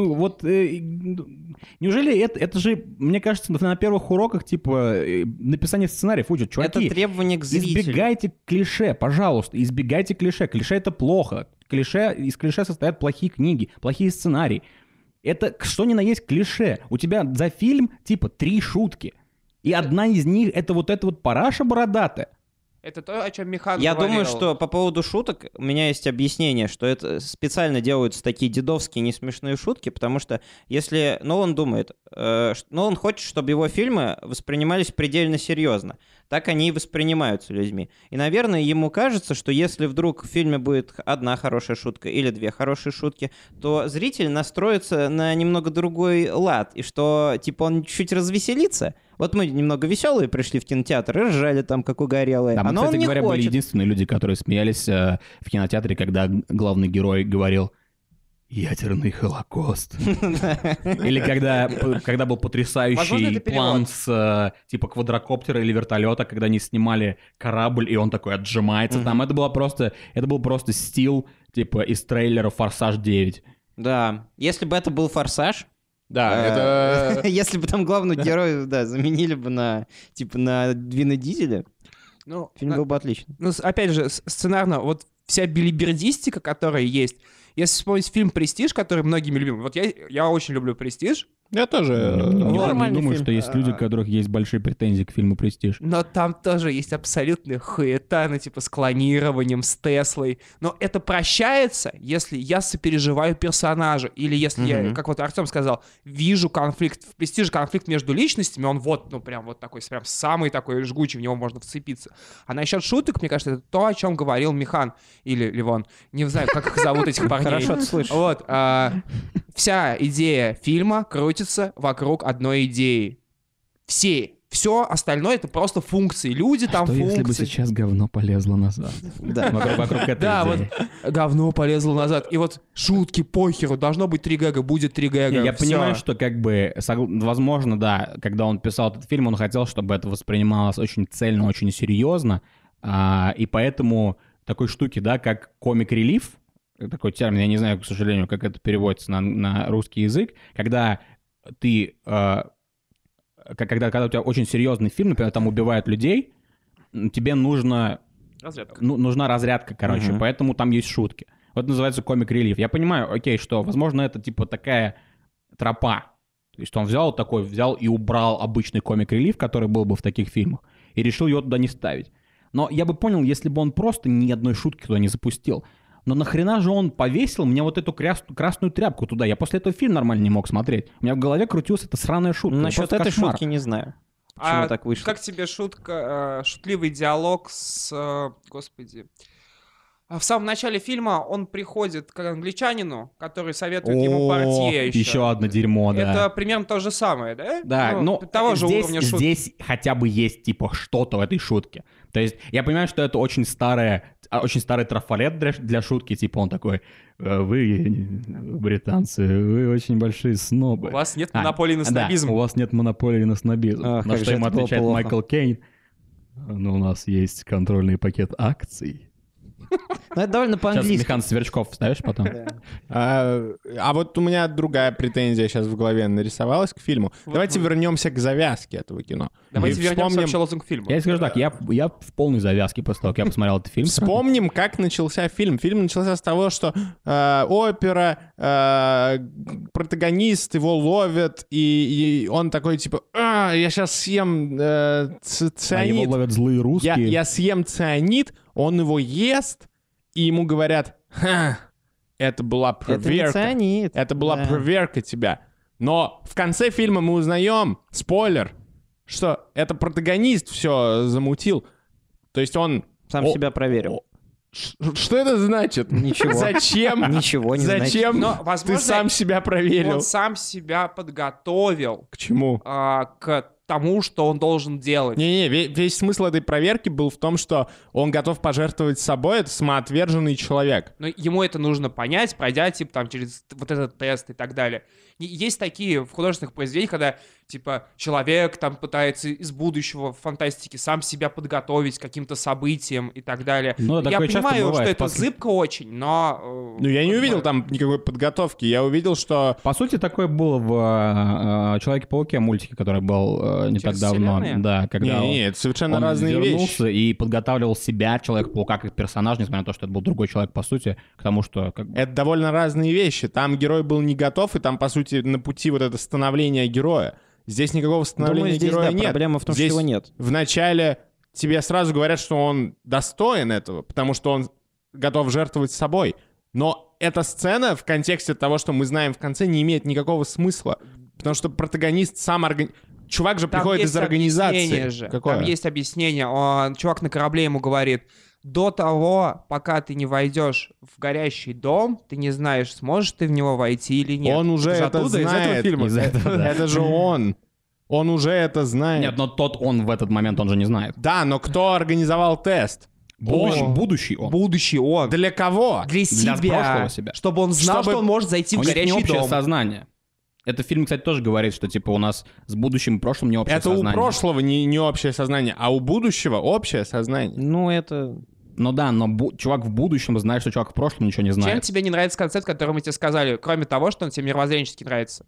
Неужели это же, мне кажется, на первых уроках, написание сценариев учат. Чуваки, это требование к зрителю. Избегайте клише, пожалуйста, избегайте клише. Клише — это плохо. Из клише состоят плохие книги, плохие сценарии. Это что ни на есть клише. У тебя за фильм, 3 шутки. И одна из них — это эта параша бородатая. Это то, о чем Михан Я говорил. думаю, что по поводу шуток у меня есть объяснение, что это специально делаются такие дедовские несмешные шутки, потому что если Нолан думает, Нолан хочет, чтобы его фильмы воспринимались предельно серьезно. Так они и воспринимаются людьми. И, наверное, ему кажется, что если вдруг в фильме будет одна хорошая шутка или 2 хорошие шутки, то зритель настроится на немного другой лад, и что, он чуть развеселится. Вот мы немного веселые пришли в кинотеатр и ржали там, как угорелые. Да, мы, но кстати он не говоря, были хочет. единственные люди, которые смеялись в кинотеатре, когда главный герой говорил «Ядерный Холокост». Или когда был потрясающий план с квадрокоптера или вертолета, когда они снимали корабль, и он такой отжимается. Там это был просто стил из трейлера «Форсаж 9». Да, если бы это был «Форсаж», Да, это... если бы там главного героя, заменили бы на Вина Дизеля, фильм был бы отличный. Опять же, сценарно, вся билибердистика, которая есть. Если вспомнить фильм «Престиж», который многими любим. Я очень люблю «Престиж». Я тоже... Я нормальный думаю, фильм. что есть люди, у которых есть большие претензии к фильму «Престиж». Но там тоже есть абсолютная хуета, с клонированием, с Теслой. Но это прощается, если я сопереживаю персонажа. Или если я, как Артем сказал, вижу конфликт. В «Престиже» конфликт между личностями, он прям такой, прям самый такой жгучий, в него можно вцепиться. А насчет шуток, мне кажется, это то, о чем говорил Михан или Ливон. Не знаю, как их зовут, этих парней. Хорошо ты слышишь. Вся идея фильма крутится вокруг одной идеи. Все остальное — это просто функции. Люди там что функции. если бы сейчас говно полезло назад? Да. Вокруг этой идеи. Говно полезло назад. И шутки похеру. Должно быть 3 гэга, будет 3 гэга. Я всё. понимаю, что возможно, да, когда он писал этот фильм, он хотел, чтобы это воспринималось очень цельно, очень серьезно. И поэтому такой штуки, да, как комик-релиф, такой термин, я не знаю, к сожалению, как это переводится на русский язык, когда ты... Когда у тебя очень серьезный фильм, например, там убивают людей, тебе нужна разрядка, поэтому там есть шутки. Вот называется комик-релиф. Я понимаю, окей, что, возможно, это такая тропа. То есть он взял и убрал обычный комик-релиф, который был бы в таких фильмах, и решил его туда не ставить. Но я бы понял, если бы он просто ни одной шутки туда не запустил. Но нахрена же он повесил мне эту красную тряпку туда? Я после этого фильм нормально не мог смотреть. У меня в голове крутилась эта сраная шутка. Насчет этой кошмар. шутки не знаю. Почему так вышло? Как тебе шутливый диалог с... Господи... В самом начале фильма он приходит к англичанину, который советует ему портье еще. Еще одно дерьмо, да. Это примерно то же самое, да? Да, того же уровня шутки. Здесь хотя бы есть, что-то в этой шутке. То есть я понимаю, что это очень старый трафарет для шутки. Он такой, вы, британцы, вы очень большие снобы. У вас нет монополии на снобизм. Да, у вас нет монополии на снобизм. На что ему отвечает Майкл Кейн. Но у нас есть контрольный пакет акций. Это довольно Сейчас по-английски. Михан Сверчков вставишь потом? А вот у меня другая претензия сейчас в голове нарисовалась к фильму. Давайте вернемся к завязке этого кино. Давайте И вернемся вспомним- вообще лозунг фильма. Я скажу так, я в полной завязке после того, как я посмотрел этот фильм. Вспомним, как начался фильм. Фильм начался с того, что опера, протагонист, его ловят, и он такой, я сейчас съем цианид. Его ловят злые русские. Я съем цианид, он его ест, и ему говорят, это была Это не проверка. цианид. Это была Да. проверка тебя. Но в конце фильма мы узнаем, спойлер, что это протагонист все замутил. То есть он Сам себя проверил. Что это значит? Ничего. Зачем? Ничего не значит. Зачем Но, ты возможно, сам себя проверил? Он сам себя подготовил К чему? к тому, что он должен делать. Не-не, весь смысл этой проверки был в том, что он готов пожертвовать собой, это самоотверженный человек. Но ему это нужно понять, пройдя, типа, там, через вот этот тест и так далее. И есть такие в художественных произведениях, когда, типа, человек там пытается из будущего в фантастике сам себя подготовить к каким-то событиям и так далее. Ну, Я такое часто понимаю, что бывает это после- зыбко очень, но... Ну, я не увидел там никакой подготовки. Я увидел, что... По сути, такое было в «Человеке-пауке» мультике, который был не так Через давно. вселенные? Да, когда Не, это совершенно он разные вернулся вещи. и подготавливал себя, Человека-паука, как персонаж, несмотря на то, что это был другой человек, по сути, к тому, что... как бы, Это довольно разные вещи. Там герой был не готов, и там, по сути, на пути вот это становление героя. Здесь никакого становления Думаю, здесь, героя да, нет. проблема в том, Здесь что его нет. Вначале тебе сразу говорят, что он достоин этого, потому что он готов жертвовать собой. Но эта сцена в контексте того, что мы знаем в конце, не имеет никакого смысла. Потому что протагонист сам... Чувак же Там приходит есть из организации. объяснение же. Какое? Там есть объяснение. Чувак на корабле ему говорит: до того, пока ты не войдешь в горящий дом, ты не знаешь, сможешь ты в него войти или нет. Он уже же это оттуда, из этого знает. фильма. из этого, да. Это же он. Он уже это знает. Нет, но тот он в этот момент, он же не знает. Да, но кто организовал тест? Будущий он. Будущий он. Для кого? Для себя. прошлого себя. Чтобы он знал, Чтобы- что он может зайти У в них не горящий общее дом. сознание. Этот фильм, кстати, тоже говорит, что типа у нас с будущим и прошлым не общее Это сознание. у прошлого не общее сознание, а у будущего общее сознание. Ну, это... Ну да, но чувак в будущем знает, что чувак в прошлом ничего не Чем знает. тебе не нравится концепт, который мы тебе сказали, кроме того, что он тебе мировоззренчески нравится?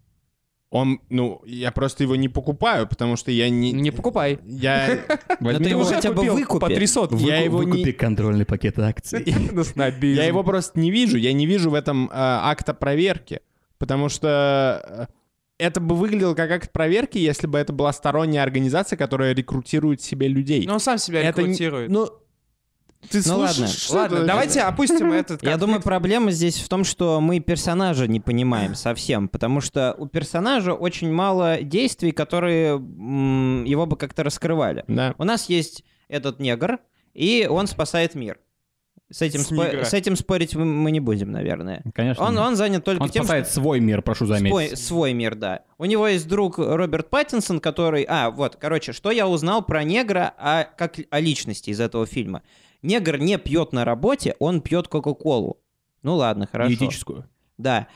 Я просто его не покупаю, потому что я не... Не покупай. Я... Возьми ты его его, хотя бы купил выкупи. по 300. Я его не... выкупи контрольный пакет акций. Я его просто не вижу. Я не вижу в этом акта проверки. Потому что это бы выглядело как акт проверки, если бы это была сторонняя организация, которая рекрутирует себе людей. Но он сам себя Это не- рекрутирует. Ну, ты Ну ладно, слушаешь, что Ладно, это? давайте опустим этот Я конфликт. думаю, проблема здесь в том, что мы персонажа не понимаем совсем, потому что у персонажа очень мало действий, которые его бы как-то раскрывали. Да. У нас есть этот негр, и он спасает мир. С этим, С негра. с этим спорить мы не будем, наверное. Конечно. Он занят только Он тем, что... спасает свой мир, прошу заметить. Свой мир, да. У него есть друг Роберт Паттинсон, который... что я узнал про негра как о личности из этого фильма. Негр не пьет на работе, он пьет Кока-Колу. Ну ладно, хорошо. Диетическую. Да.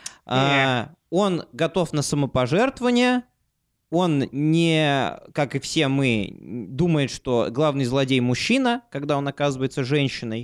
Он готов на самопожертвование. Он не, как и все мы, думает, что главный злодей мужчина, когда он оказывается женщиной.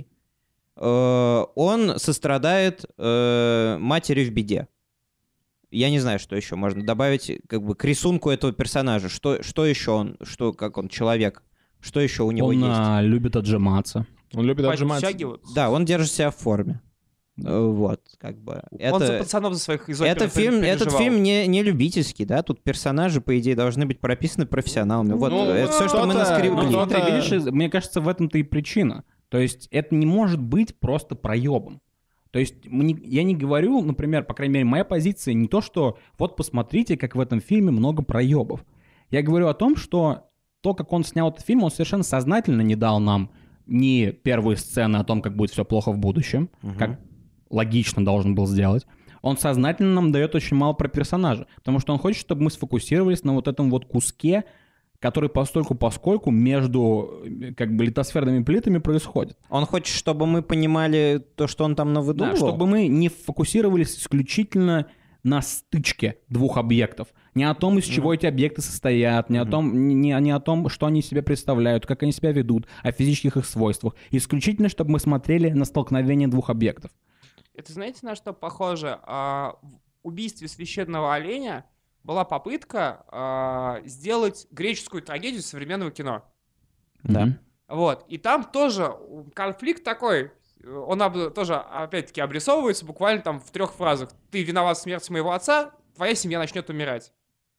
Он сострадает матери в беде. Я не знаю, что еще можно добавить как бы к рисунку этого персонажа. Что еще он, как он человек? Что еще у него Он есть? любит отжиматься. Он любит отжиматься. Подтягиваются. Да, он держит себя в форме. Вот, как бы. Он за пацанов за своих из оперы Этот переживал. фильм не любительский, да? Тут персонажи, по идее, должны быть прописаны профессионалами. Вот, Ну, это все, что мы кто-то- наскребли. Ну, кто-то- смотри, видишь, мне кажется, в этом-то и причина. То есть это не может быть просто проебом. То есть я не говорю, например, по крайней мере, моя позиция не то, что вот посмотрите, как в этом фильме много проебов. Я говорю о том, что то, как он снял этот фильм, он совершенно сознательно не дал нам ни первые сцены о том, как будет все плохо в будущем, как логично должен был сделать. Он сознательно нам дает очень мало про персонажа, потому что он хочет, чтобы мы сфокусировались на вот этом вот куске, который постольку-поскольку между как бы литосферными плитами происходит. Он хочет, чтобы мы понимали то, что он там навыдумывал? Да, чтобы мы не фокусировались исключительно на стычке двух объектов. Не о том, из чего эти объекты состоят, не о том, что они из себя представляют, как они себя ведут, о физических их свойствах. Исключительно, чтобы мы смотрели на столкновение двух объектов. Это знаете, на что похоже? В убийстве священного оленя была попытка сделать греческую трагедию современного кино. Да. Мгм. Вот. И там тоже конфликт такой, он тоже, опять-таки, обрисовывается буквально там в 3 фразах. Ты виноват в смерти моего отца, твоя семья начнет умирать.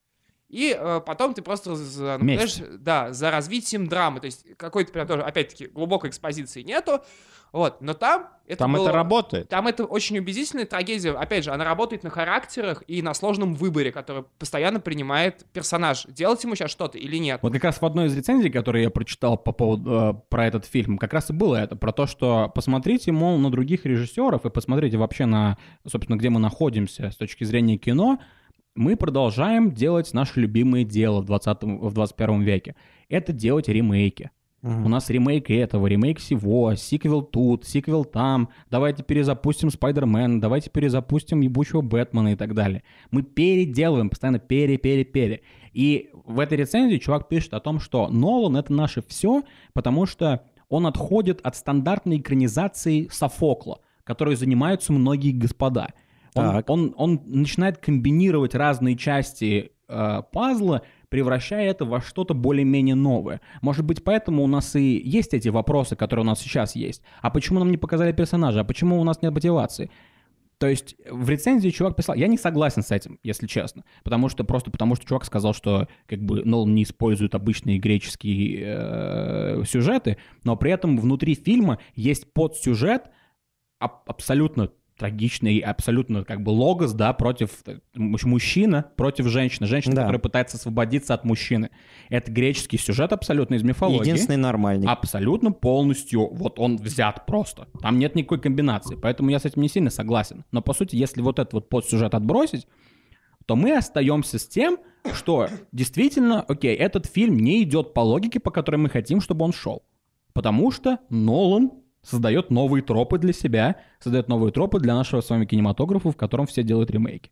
и потом ты просто наблюдаешь, да, за развитием драмы. То есть какой-то прям тоже, опять-таки, глубокой экспозиции нету. Вот, но там это работает. Там это очень убедительная трагедия. Опять же, она работает на характерах и на сложном выборе, который постоянно принимает персонаж. Делать ему сейчас что-то или нет. Вот как раз в одной из рецензий, которые я прочитал по поводу про этот фильм, как раз и было это, про то, что посмотрите, мол, на других режиссеров и посмотрите вообще на, собственно, где мы находимся с точки зрения кино. Мы продолжаем делать наше любимое дело в 21 веке. Это делать ремейки. У нас ремейк этого, ремейк всего, сиквел тут, сиквел там, давайте перезапустим Спайдермена, давайте перезапустим ебучего Бэтмена и так далее. Мы переделываем, постоянно пере. И в этой рецензии чувак пишет о том, что Нолан — это наше все, потому что он отходит от стандартной экранизации Софокла, которой занимаются многие господа. Он начинает комбинировать разные части пазла, превращая это во что-то более-менее новое. Может быть, поэтому у нас и есть эти вопросы, которые у нас сейчас есть. А почему нам не показали персонажа? А почему у нас нет мотивации? То есть в рецензии чувак писал... Я не согласен с этим, если честно. Потому что чувак сказал, что как бы Нолан не использует обычные греческие сюжеты, но при этом внутри фильма есть подсюжет абсолютно трагичный, абсолютно как бы логос, да, против мужчина против женщины. Женщина, да, которая пытается освободиться от мужчины. Это греческий сюжет абсолютно из мифологии. Единственный нормальный. Абсолютно полностью, вот он взят просто. Там нет никакой комбинации, поэтому я с этим не сильно согласен. Но по сути, если вот этот вот подсюжет отбросить, то мы остаемся с тем, что действительно, окей, этот фильм не идет по логике, по которой мы хотим, чтобы он шел. Потому что Нолан создает новые тропы для себя, создает новые тропы для нашего с вами кинематографа, в котором все делают ремейки.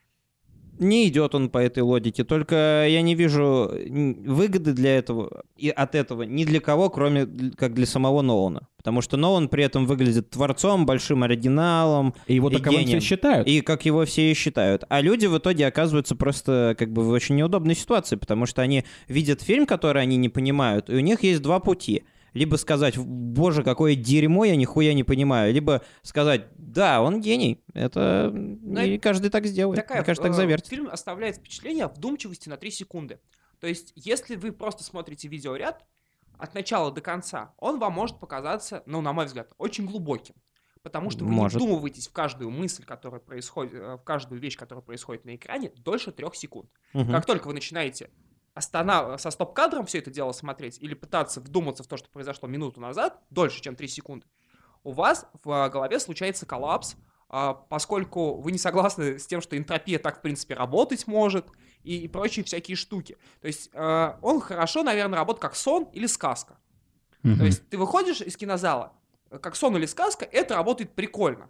Не идет он по этой логике, только я не вижу выгоды для этого и от этого ни для кого, кроме как для самого Нолана. Потому что Нолан при этом выглядит творцом, большим оригиналом. И его таковым все считают. И как его все и считают. А люди в итоге оказываются просто как бы в очень неудобной ситуации, потому что они видят фильм, который они не понимают, и у них есть два пути. Либо сказать: боже, какое дерьмо, я нихуя не понимаю. Либо сказать: да, он гений. Это не каждый так сделает. Не каждый так завертит. Фильм оставляет впечатление вдумчивости на 3 секунды. То есть, если вы просто смотрите видеоряд от начала до конца, он вам может показаться, ну, на мой взгляд, очень глубоким. Потому что вы не вдумываетесь в каждую мысль, которая происходит, в каждую вещь, которая происходит на экране, дольше 3 секунд. Как только вы начинаете со стоп-кадром все это дело смотреть или пытаться вдуматься в то, что произошло минуту назад, дольше, чем 3 секунды, у вас в голове случается коллапс, поскольку вы не согласны с тем, что энтропия так, в принципе, работать может и прочие всякие штуки. То есть он хорошо, наверное, работает как сон или сказка. То есть ты выходишь из кинозала, как сон или сказка, это работает прикольно.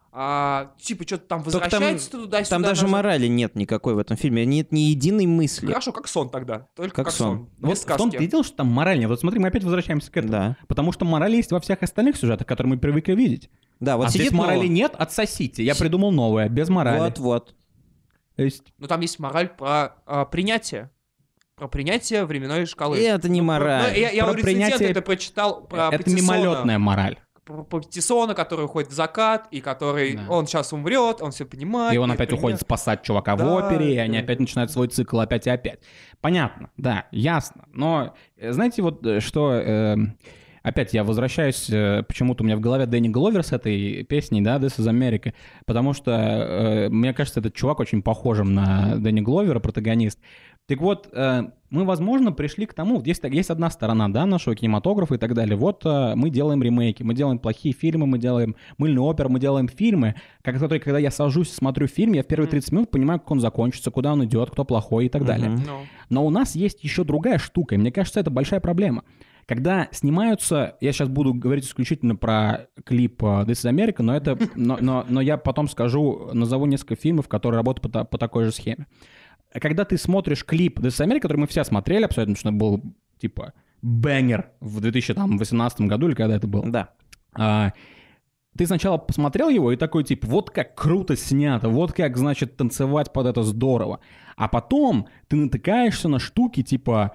Типа что-то там возвращается туда-сюда. Там даже морали нет никакой в этом фильме, нет ни единой мысли. Хорошо, как сон тогда, только как сон. Вот в том-то и дело, что там мораль нет. Вот смотри, мы опять возвращаемся к этому. Да. Потому что мораль есть во всех остальных сюжетах, которые мы привыкли видеть. Да, вот здесь морали нет, отсосите. Я придумал новое, без морали. Вот. То есть... Ну там есть мораль про принятие. Про принятие временной шкалы. И это не мораль. Я у рецензента это прочитал про это мимолетная мораль. Про Патисона, который уходит в закат, и который, он сейчас умрет, он все понимает. И он опять уходит спасать чувака в опере, и они опять начинают свой цикл опять и опять. Понятно, да, ясно. Но, знаете, вот что... Опять я возвращаюсь, почему-то у меня в голове Дэнни Гловер с этой песней, да, This is America, потому что, мне кажется, этот чувак очень похожим на Дэнни Гловера, протагонист. Так вот, мы, возможно, пришли к тому, есть одна сторона, да, нашего кинематографа и так далее. Вот мы делаем ремейки, мы делаем плохие фильмы, мы делаем мыльные оперы, мы делаем фильмы, которые, когда я сажусь и смотрю фильм, я в первые 30 минут понимаю, как он закончится, куда он идет, кто плохой и так далее. Но у нас есть еще другая штука, и мне кажется, это большая проблема. Когда снимаются, я сейчас буду говорить исключительно про клип This is America, но я потом назову несколько фильмов, которые работают по такой же схеме. Когда ты смотришь клип This is America, который мы все смотрели абсолютно, что был типа бэнгер в 2018 году или когда это было. Да. Ты сначала посмотрел его и такой типа, вот как круто снято, вот как, значит, танцевать под это здорово. А потом ты натыкаешься на штуки типа...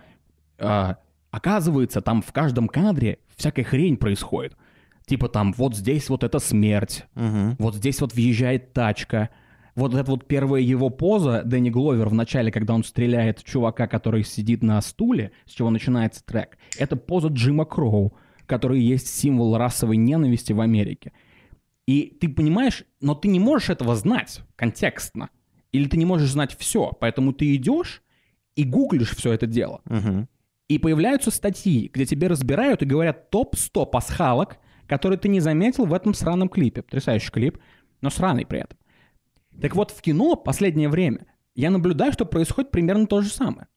Оказывается, там в каждом кадре всякая хрень происходит. Типа там вот здесь вот эта смерть, вот здесь вот въезжает тачка, Вот эта вот первая его поза, Дэнни Гловер в начале, когда он стреляет в чувака, который сидит на стуле, с чего начинается трек, это поза Джима Кроу, который есть символ расовой ненависти в Америке. И ты понимаешь, но ты не можешь этого знать контекстно. Или ты не можешь знать все. Поэтому ты идешь и гуглишь все это дело. Мгм. И появляются статьи, где тебе разбирают и говорят топ-100 пасхалок, которые ты не заметил в этом сраном клипе. Потрясающий клип, но сраный при этом. Так вот, в кино в последнее время я наблюдаю, что происходит примерно то же самое.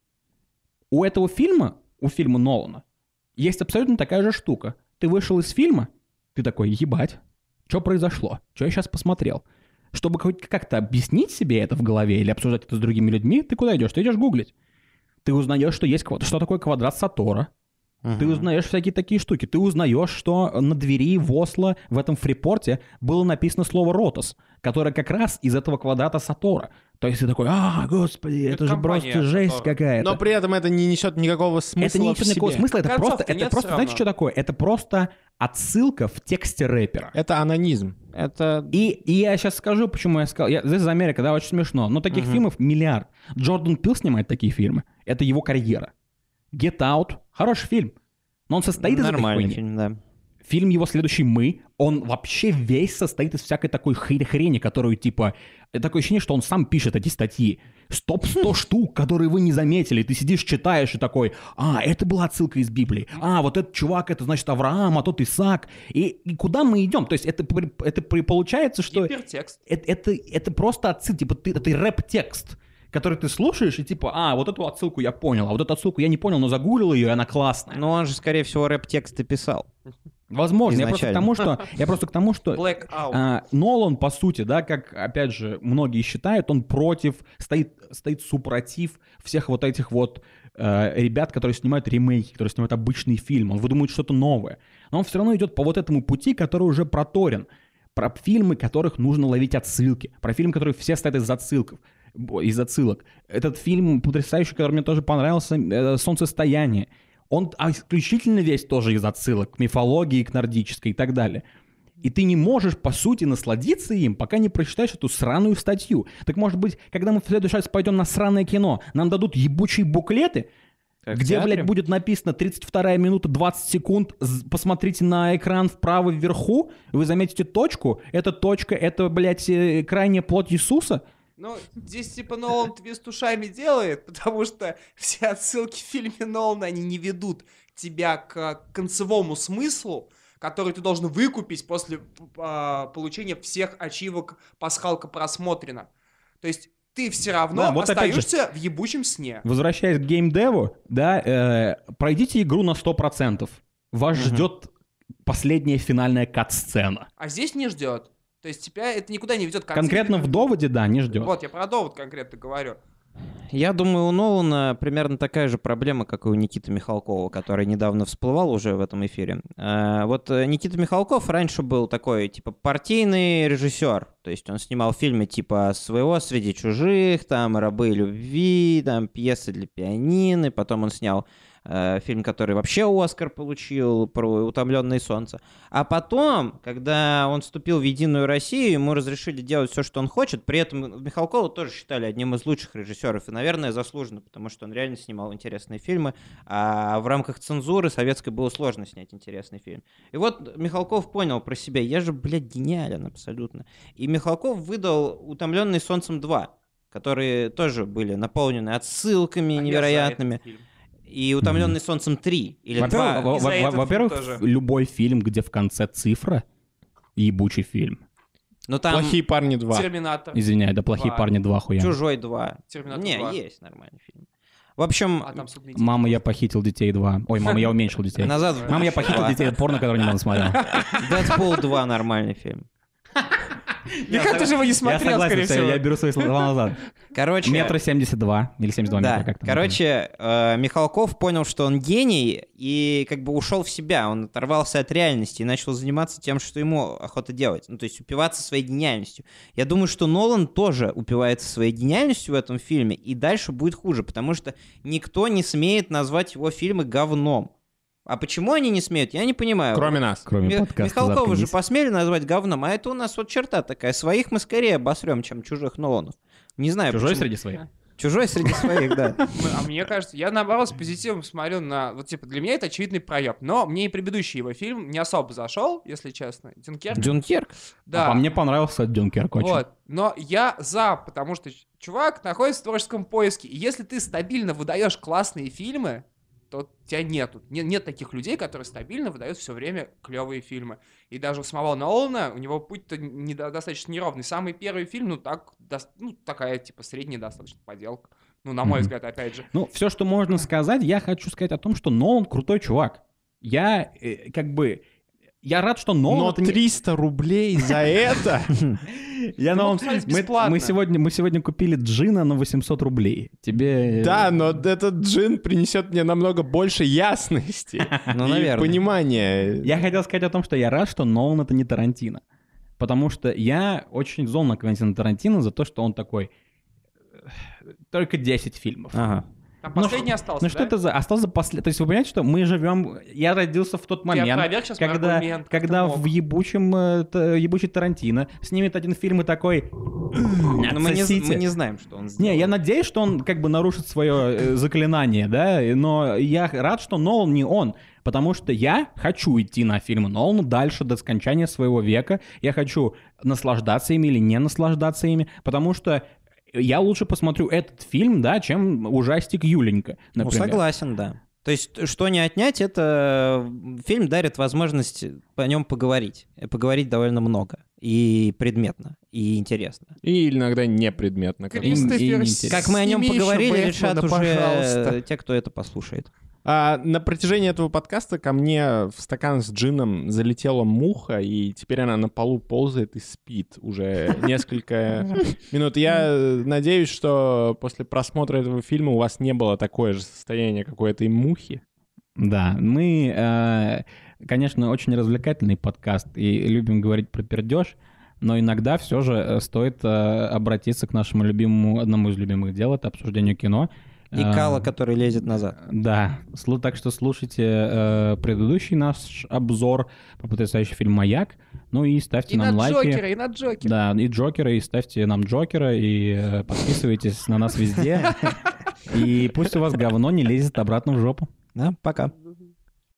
У этого фильма, у фильма Нолана, есть абсолютно такая же штука. Ты вышел из фильма, ты такой, ебать, что произошло? Что я сейчас посмотрел? Чтобы хоть как-то объяснить себе это в голове или обсуждать это с другими людьми, ты куда идешь? Ты идешь гуглить. Ты узнаешь, что есть что такое квадрат Сатора. Ты узнаешь всякие такие штуки. Ты узнаешь, что на двери в Осло, в этом фрипорте, было написано слово «Ротос», которое как раз из этого квадрата Сатора. То есть ты такой, господи, это же компания просто жесть Сатора. какая-то. Но при этом это не несет никакого смысла Это не в несет себе. никакого смысла, это Концовки просто, нет всё знаете, равно. что такое? Это просто отсылка в тексте рэпера. Это анонизм. Это... И я сейчас скажу, почему я сказал. Здесь из Америки, да, очень смешно. Но таких фильмов миллиард. Джордан Пил снимает такие фильмы. Это его карьера. Get Out. Хороший фильм. Но он состоит из этой Нормальный хуйни. фильм, да. Фильм его следующий «Мы», он вообще весь состоит из всякой такой хрени, которую, типа... Такое ощущение, что он сам пишет эти статьи. 100 штук, которые вы не заметили. Ты сидишь, читаешь и такой, это была отсылка из Библии. Вот этот чувак, это значит Авраам, а тот Исаак. И куда мы идем? То есть это получается, что... Гипертекст. Это просто отсылка, типа, это рэп-текст, который ты слушаешь, и типа, вот эту отсылку я понял, а вот эту отсылку я не понял, но загуглил ее, и она классная. Но он же, скорее всего, рэп-тексты писал. Возможно. Изначально. Я просто к тому, что Black Out. Нолан, по сути, да, как, опять же, многие считают, он стоит супротив всех вот этих вот ребят, которые снимают ремейки, которые снимают обычный фильм. Он выдумывает что-то новое. Но он все равно идет по вот этому пути, который уже проторен. Про фильмы, которых нужно ловить отсылки. Про фильмы, которые все стоят из отсылок. Этот фильм потрясающий, который мне тоже понравился, «Солнцестояние». Он исключительно весь тоже из отсылок к мифологии, к нордической и так далее. И ты не можешь, по сути, насладиться им, пока не прочитаешь эту сраную статью. Так, может быть, когда мы в следующий раз пойдем на сраное кино, нам дадут ебучие буклеты, Как в где, театре? блядь, будет написано 32 минута 20 секунд, посмотрите на экран вправо вверху, вы заметите точку, эта точка, это, блядь, крайняя плоть Иисуса. Ну, здесь типа Нолан твист ушами делает, потому что все отсылки в фильме Нолана, они не ведут тебя к концевому смыслу, который ты должен выкупить после получения всех ачивок «Пасхалка просмотрена». То есть ты все равно Да, вот опять же. остаешься в ебучем сне. Возвращаясь к геймдеву, да, пройдите игру на 100%. Вас ждет последняя финальная кат-сцена. А здесь не ждет. То есть тебя это никуда не ведет. Конкретно в доводе, да, не ждет. Вот, я про довод конкретно говорю. Я думаю, у Нолана примерно такая же проблема, как и у Никиты Михалкова, который недавно всплывал уже в этом эфире. Вот Никита Михалков раньше был такой, типа, партийный режиссер. То есть он снимал фильмы типа «Своего среди чужих», там «Рабы любви», там «Пьесы для пианины». Потом он снял фильм, который вообще Оскар получил, про «Утомленное солнце». А потом, когда он вступил в «Единую Россию», ему разрешили делать все, что он хочет. При этом Михалкова тоже считали одним из лучших режиссеров. И, наверное, заслуженно, потому что он реально снимал интересные фильмы. А в рамках цензуры советской было сложно снять интересный фильм. И вот Михалков понял про себя: я же, блядь, гениален абсолютно. И Михалков выдал «Утомленный солнцем 2», которые тоже были наполнены отсылками невероятными. И «Утомленный солнцем 3» или 2. Во-первых, тоже. любой фильм, где в конце цифра, ебучий фильм. Но там «Плохие парни 2». Терминатор. Извиняй, да «Плохие 2. парни 2» хуя. «Чужой 2». Терминатор Не, 2. есть нормальный фильм. В общем, А там судные дети. «Мама, я похитил детей 2». Ой, «Мама, я уменьшил детей». назад в «Мама, я будущее похитил 2». детей» — это порно, которое недавно смотрел. «Дэдпул 2» нормальный фильм. Никак ты же его не Я смотрел, согласен, скорее всего. я беру свои слова назад. Короче, 1,72 или 72 да, метра, как там. короче, Михалков понял, что он гений, и как бы ушел в себя, он оторвался от реальности и начал заниматься тем, что ему охота делать, ну, то есть упиваться своей гениальностью. Я думаю, что Нолан тоже упивается своей гениальностью в этом фильме, и дальше будет хуже, потому что никто не смеет назвать его фильмы говном. А почему они не смеют, я не понимаю. Кроме нас. Кроме подкаста Михалкова же «Заткнись». посмели назвать говном, а это у нас вот черта такая. Своих мы скорее обосрем, чем чужих Ноланов. Не знаю, Чужой почему. среди своих. Чужой среди своих, да. А мне кажется, я наоборот с позитивом смотрю на... Вот типа для меня это очевидный проеб. Но мне и предыдущий его фильм не особо зашел, если честно. Дюнкерк. Дюнкерк? Да. А по мне понравился Дюнкерк очень. Вот. Но я за, потому что чувак находится в творческом поиске. И если ты стабильно выдаешь классные фильмы, то тебя нету. Нет таких людей, которые стабильно выдают все время клевые фильмы. И даже у самого Нолана, у него путь-то достаточно неровный. Самый первый фильм, такая, типа, средняя достаточно поделка. Ну, на мой взгляд, опять же. Ну, все, что можно сказать, я хочу сказать о том, что Нолан крутой чувак. Я я рад, что Нолан... Но это не- 300 рублей за это? Я Нолан... посмотреть Мы бесплатно. сегодня купили джина на 800 рублей. Тебе... Да, но этот джин принесет мне намного больше ясности Ну, и наверное. понимания. Я хотел сказать о том, что я рад, что Нолан — это не Тарантино. Потому что я очень зол на Квентина Тарантино за то, что он такой... Только 10 фильмов. Ага. Там Ну, последний остался, Ну да? что это за... Остался последний... То есть вы понимаете, что мы живем... Я родился в тот момент, опроверг сейчас мой аргумент, как когда ты мог. в ебучий Тарантино снимет один фильм и такой... Но мы не знаем, что он сделал. Не, я надеюсь, что он как бы нарушит свое заклинание, да, но я рад, что Нолан не он, потому что я хочу идти на фильмы Нолана дальше до скончания своего века, я хочу наслаждаться ими или не наслаждаться ими, потому что я лучше посмотрю этот фильм, да, чем ужастик Юленька, Ну, например. согласен, да. То есть, что не отнять, это фильм дарит возможность о нем поговорить. Поговорить довольно много. И предметно, и интересно. И иногда непредметно. как Крис- бы. и Кристофер, неинтересно. Как мы о нем сними еще поговорили, Бэтмена, решат уже пожалуйста. те, кто это послушает. На протяжении этого подкаста ко мне в стакан с джином залетела муха, и теперь она на полу ползает и спит уже несколько минут. Я надеюсь, что после просмотра этого фильма у вас не было такое же состояние, как у этой мухи. Да, мы, конечно, очень развлекательный подкаст и любим говорить про пердеж, но иногда все же стоит обратиться к нашему одному из любимых дел, это обсуждению кино. И Кала, который лезет назад. Да, так что слушайте предыдущий наш обзор по потрясающий фильм «Маяк», ну и ставьте И нам на лайки. Джокера, и на Джокера. Да, и Джокера, и ставьте нам Джокера, и подписывайтесь на нас везде. И пусть у вас говно не лезет обратно в жопу. Да, пока.